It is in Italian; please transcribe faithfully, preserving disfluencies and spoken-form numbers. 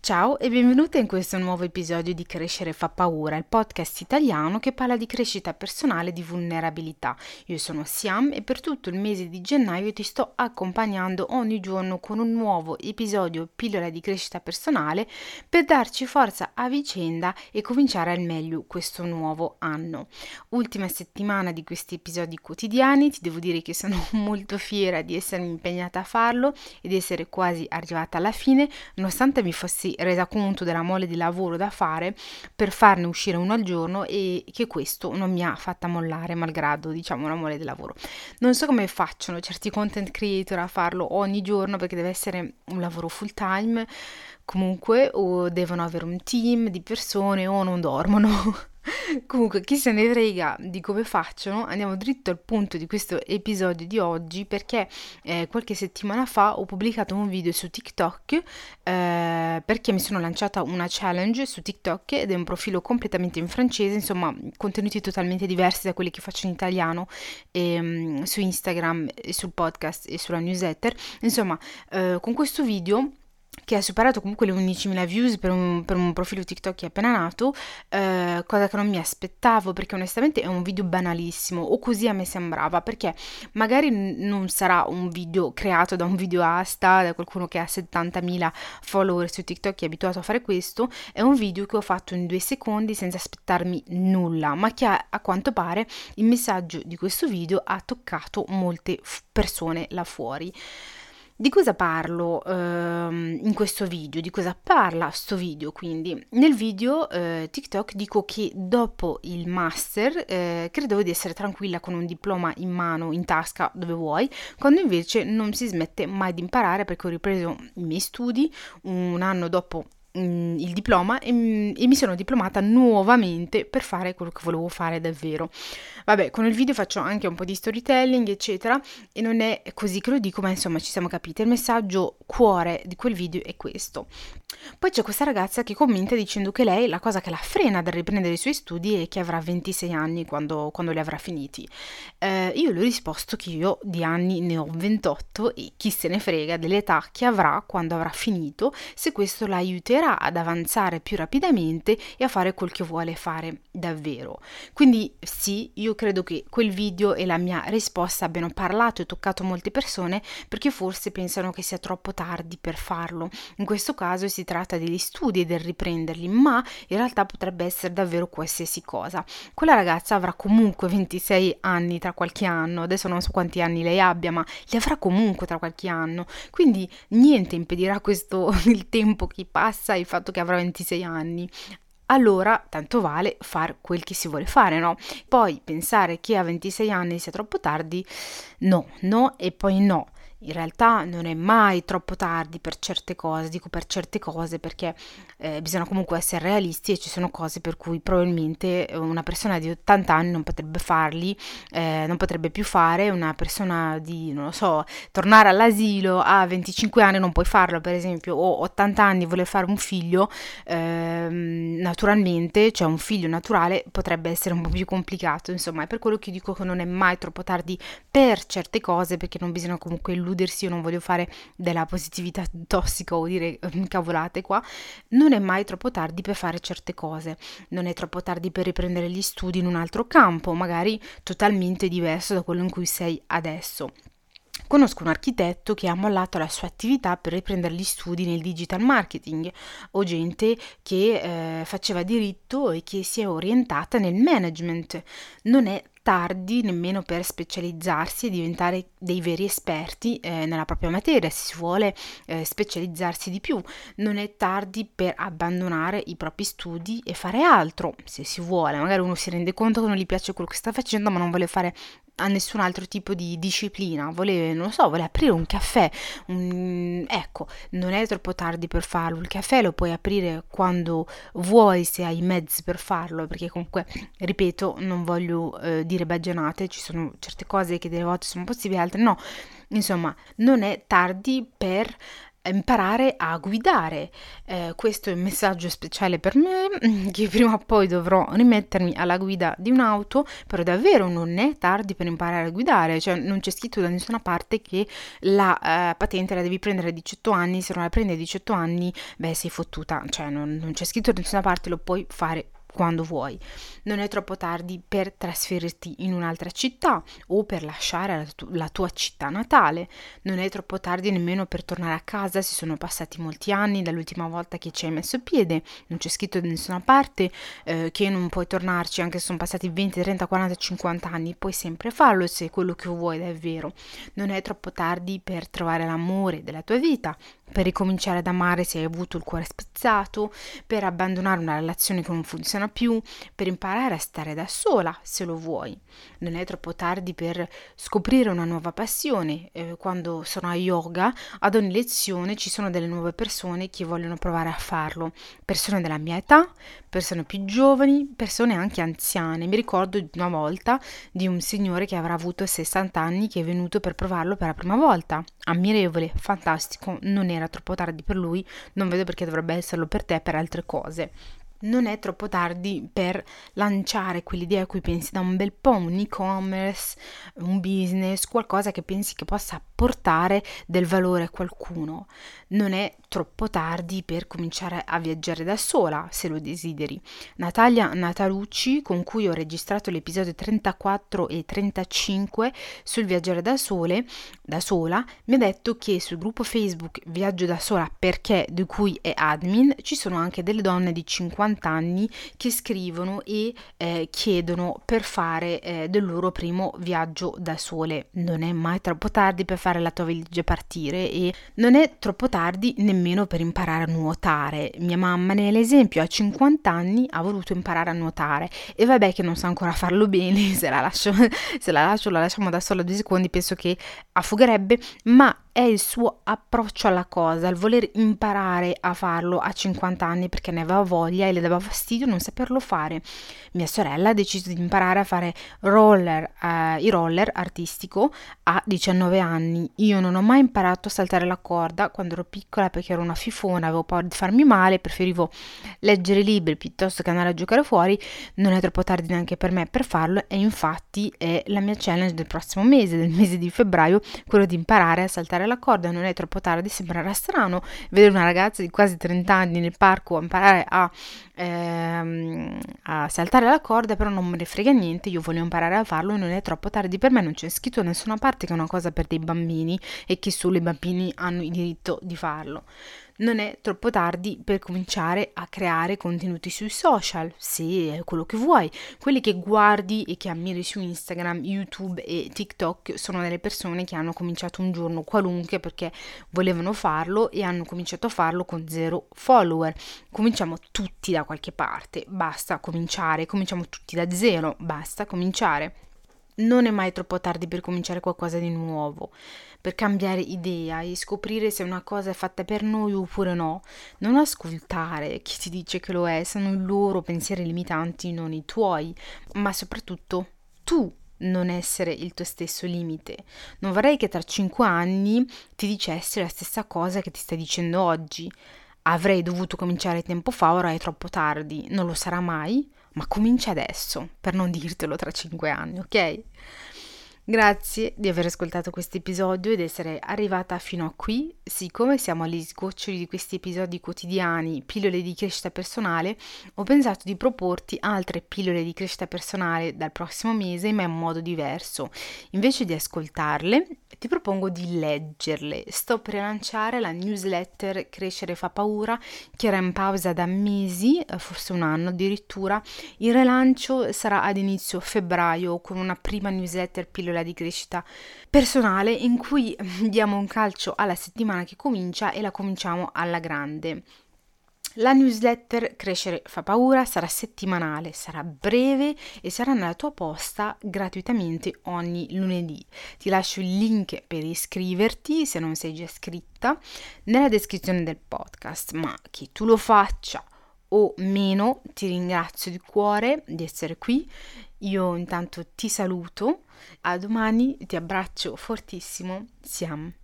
Ciao e benvenuta in questo nuovo episodio di Crescere fa paura, il podcast italiano che parla di crescita personale e di vulnerabilità. Io sono Siam e per tutto il mese di gennaio ti sto accompagnando ogni giorno con un nuovo episodio pillola di crescita personale per darci forza a vicenda e cominciare al meglio questo nuovo anno. Ultima settimana di questi episodi quotidiani, ti devo dire che sono molto fiera di essermi impegnata a farlo e di essere quasi arrivata alla fine, nonostante mi fossi resa conto della mole di lavoro da fare per farne uscire uno al giorno e che questo non mi ha fatta mollare malgrado, diciamo, una mole di lavoro. Non so come facciano certi content creator a farlo ogni giorno perché deve essere un lavoro full time comunque, o devono avere un team di persone o non dormono. Comunque, chi se ne frega di come facciano, andiamo dritto al punto di questo episodio di oggi perché eh, qualche settimana fa ho pubblicato un video su TikTok eh, perché mi sono lanciata una challenge su TikTok ed è un profilo completamente in francese, insomma contenuti totalmente diversi da quelli che faccio in italiano e, su Instagram e sul podcast e sulla newsletter. Insomma, eh, con questo video che ha superato comunque le undicimila views per un, per un profilo TikTok che è appena nato, eh, cosa che non mi aspettavo perché onestamente è un video banalissimo, o così a me sembrava, perché magari n- non sarà un video creato da un videoasta, da qualcuno che ha settantamila follower su TikTok che è abituato a fare questo, è un video che ho fatto in due secondi senza aspettarmi nulla, ma che a, a quanto pare il messaggio di questo video ha toccato molte f- persone là fuori. Di cosa parlo ehm, in questo video? Di cosa parla sto video? Quindi nel video eh, TikTok dico che dopo il master eh, credevo di essere tranquilla con un diploma in mano, in tasca, dove vuoi, quando invece non si smette mai di imparare perché ho ripreso i miei studi un anno dopo mm, il diploma e, e mi sono diplomata nuovamente per fare quello che volevo fare davvero. Vabbè, con il video faccio anche un po' di storytelling, eccetera, e non è così che lo dico, ma insomma ci siamo capite. Il messaggio cuore di quel video è questo. Poi c'è questa ragazza che commenta dicendo che lei la cosa che la frena dal riprendere i suoi studi è che avrà ventisei anni quando, quando li avrà finiti. Eh, io le ho risposto che io di anni ne ho ventotto e chi se ne frega dell'età che avrà quando avrà finito, se questo la aiuterà ad avanzare più rapidamente e a fare quel che vuole fare davvero. Quindi sì, io credo che quel video e la mia risposta abbiano parlato e toccato molte persone perché forse pensano che sia troppo tardi per farlo. In questo caso si tratta degli studi e del riprenderli, ma in realtà potrebbe essere davvero qualsiasi cosa. Quella ragazza avrà comunque ventisei anni tra qualche anno, adesso non so quanti anni lei abbia, ma li avrà comunque tra qualche anno, quindi niente impedirà questo, il tempo che passa, il fatto che avrà ventisei anni. Allora tanto vale far quel che si vuole fare, no? Poi pensare che a ventisei anni sia troppo tardi, no, no e poi no. In realtà non è mai troppo tardi per certe cose, dico per certe cose perché eh, bisogna comunque essere realisti e ci sono cose per cui probabilmente una persona di ottanta anni non potrebbe farli, eh, non potrebbe più fare, una persona di, non lo so, tornare all'asilo a venticinque anni non puoi farlo per esempio, o ottanta anni vuole fare un figlio, ehm, naturalmente, cioè un figlio naturale potrebbe essere un po' più complicato, insomma è per quello che dico che non è mai troppo tardi per certe cose perché non bisogna comunque illudersi. Io non voglio fare della positività tossica o dire cavolate qua, non è mai troppo tardi per fare certe cose, non è troppo tardi per riprendere gli studi in un altro campo, magari totalmente diverso da quello in cui sei adesso. Conosco un architetto che ha mollato la sua attività per riprendere gli studi nel digital marketing, o gente che eh, faceva diritto e che si è orientata nel management. Non è tardi nemmeno per specializzarsi e diventare dei veri esperti eh, nella propria materia, se si vuole eh, specializzarsi di più. Non è tardi per abbandonare i propri studi e fare altro, se si vuole. Magari uno si rende conto che non gli piace quello che sta facendo, ma non vuole fare a nessun altro tipo di disciplina, vuole, non lo so, vuole aprire un caffè, un... ecco, non è troppo tardi per farlo, il caffè lo puoi aprire quando vuoi se hai i mezzi per farlo, perché comunque, ripeto, non voglio eh, dire baggianate, ci sono certe cose che delle volte sono possibili, altre no, insomma, non è tardi per imparare a guidare. Eh, questo è un messaggio speciale per me, che prima o poi dovrò rimettermi alla guida di un'auto, però davvero non è tardi per imparare a guidare, cioè non c'è scritto da nessuna parte che la eh, patente la devi prendere a diciotto anni, se non la prendi a diciotto anni, beh, sei fottuta, cioè non, non c'è scritto da nessuna parte, lo puoi fare quando vuoi. Non è troppo tardi per trasferirti in un'altra città o per lasciare la, tu- la tua città natale. Non è troppo tardi nemmeno per tornare a casa, si sono passati molti anni dall'ultima volta che ci hai messo piede, non c'è scritto da nessuna parte eh, che non puoi tornarci anche se sono passati venti, trenta, quaranta, cinquanta anni, puoi sempre farlo se è quello che vuoi davvero. Non è troppo tardi per trovare l'amore della tua vita, per ricominciare ad amare se hai avuto il cuore spezzato, per abbandonare una relazione che non funziona più, per imparare a stare da sola se lo vuoi. Non è troppo tardi per scoprire una nuova passione. Eh, quando sono a yoga, ad ogni lezione ci sono delle nuove persone che vogliono provare a farlo. Persone della mia età, persone più giovani, persone anche anziane. Mi ricordo di una volta di un signore che avrà avuto sessanta anni che è venuto per provarlo per la prima volta. Ammirevole, fantastico, non era troppo tardi per lui, non vedo perché dovrebbe esserlo per te per altre cose. Non è troppo tardi per lanciare quell'idea a cui pensi da un bel po', un e-commerce, un business, qualcosa che pensi che possa portare del valore a qualcuno. Non è troppo tardi per cominciare a viaggiare da sola, se lo desideri. Natalia Natalucci, con cui ho registrato l'episodio trentaquattro e trentacinque sul viaggiare da sole, da sola, mi ha detto che sul gruppo Facebook Viaggio da sola perché, di cui è admin, ci sono anche delle donne di cinquanta anni che scrivono e eh, chiedono per fare eh, del loro primo viaggio da sole. Non è mai troppo tardi per fare la tua valigia partire e non è troppo tardi nemmeno per imparare a nuotare. Mia mamma ne è l'esempio, a cinquanta anni ha voluto imparare a nuotare e vabbè che non sa ancora farlo bene, se la lascio, se la lascio la lasciamo da sola due secondi, penso che affogherebbe, ma è il suo approccio alla cosa, il voler imparare a farlo a cinquanta anni perché ne aveva voglia e le dava fastidio non saperlo fare. Mia sorella ha deciso di imparare a fare roller, eh, i roller artistico a diciannove anni. Io non ho mai imparato a saltare la corda quando ero piccola perché ero una fifona, avevo paura di farmi male, preferivo leggere libri piuttosto che andare a giocare fuori. Non è troppo tardi neanche per me per farlo e infatti è la mia challenge del prossimo mese, del mese di febbraio, quello di imparare a saltare la corda. Non è troppo tardi, sembrerà strano vedere una ragazza di quasi trenta anni nel parco imparare a, ehm, a saltare la corda, però non me ne frega niente, io voglio imparare a farlo e non è troppo tardi per me, non c'è scritto da nessuna parte che è una cosa per dei bambini e che solo i bambini hanno il diritto di farlo. Non è troppo tardi per cominciare a creare contenuti sui social, se è quello che vuoi. Quelli che guardi e che ammiri su Instagram, YouTube e TikTok sono delle persone che hanno cominciato un giorno qualunque perché volevano farlo e hanno cominciato a farlo con zero follower. Cominciamo tutti da qualche parte, basta cominciare, cominciamo tutti da zero, basta cominciare. Non è mai troppo tardi per cominciare qualcosa di nuovo, per cambiare idea e scoprire se una cosa è fatta per noi oppure no. Non ascoltare chi ti dice che lo è, sono i loro pensieri limitanti, non i tuoi, ma soprattutto tu non essere il tuo stesso limite. Non vorrei che tra cinque anni ti dicessi la stessa cosa che ti stai dicendo oggi. Avrei dovuto cominciare tempo fa, ora è troppo tardi. Non lo sarà mai, ma comincia adesso, per non dirtelo tra cinque anni, ok? Grazie di aver ascoltato questo episodio ed essere arrivata fino a qui. Siccome siamo agli sgoccioli di questi episodi quotidiani, pillole di crescita personale, ho pensato di proporti altre pillole di crescita personale dal prossimo mese, ma in modo diverso. Invece di ascoltarle, ti propongo di leggerle. Sto per lanciare la newsletter Crescere fa paura, che era in pausa da mesi, forse un anno addirittura. Il rilancio sarà ad inizio febbraio con una prima newsletter pillola di crescita personale in cui diamo un calcio alla settimana che comincia e la cominciamo alla grande. La newsletter Crescere fa paura sarà settimanale, sarà breve e sarà nella tua posta gratuitamente ogni lunedì. Ti lascio il link per iscriverti se non sei già iscritta nella descrizione del podcast, ma che tu lo faccia o meno ti ringrazio di cuore di essere qui. Io intanto ti saluto, a domani, ti abbraccio fortissimo, Siam.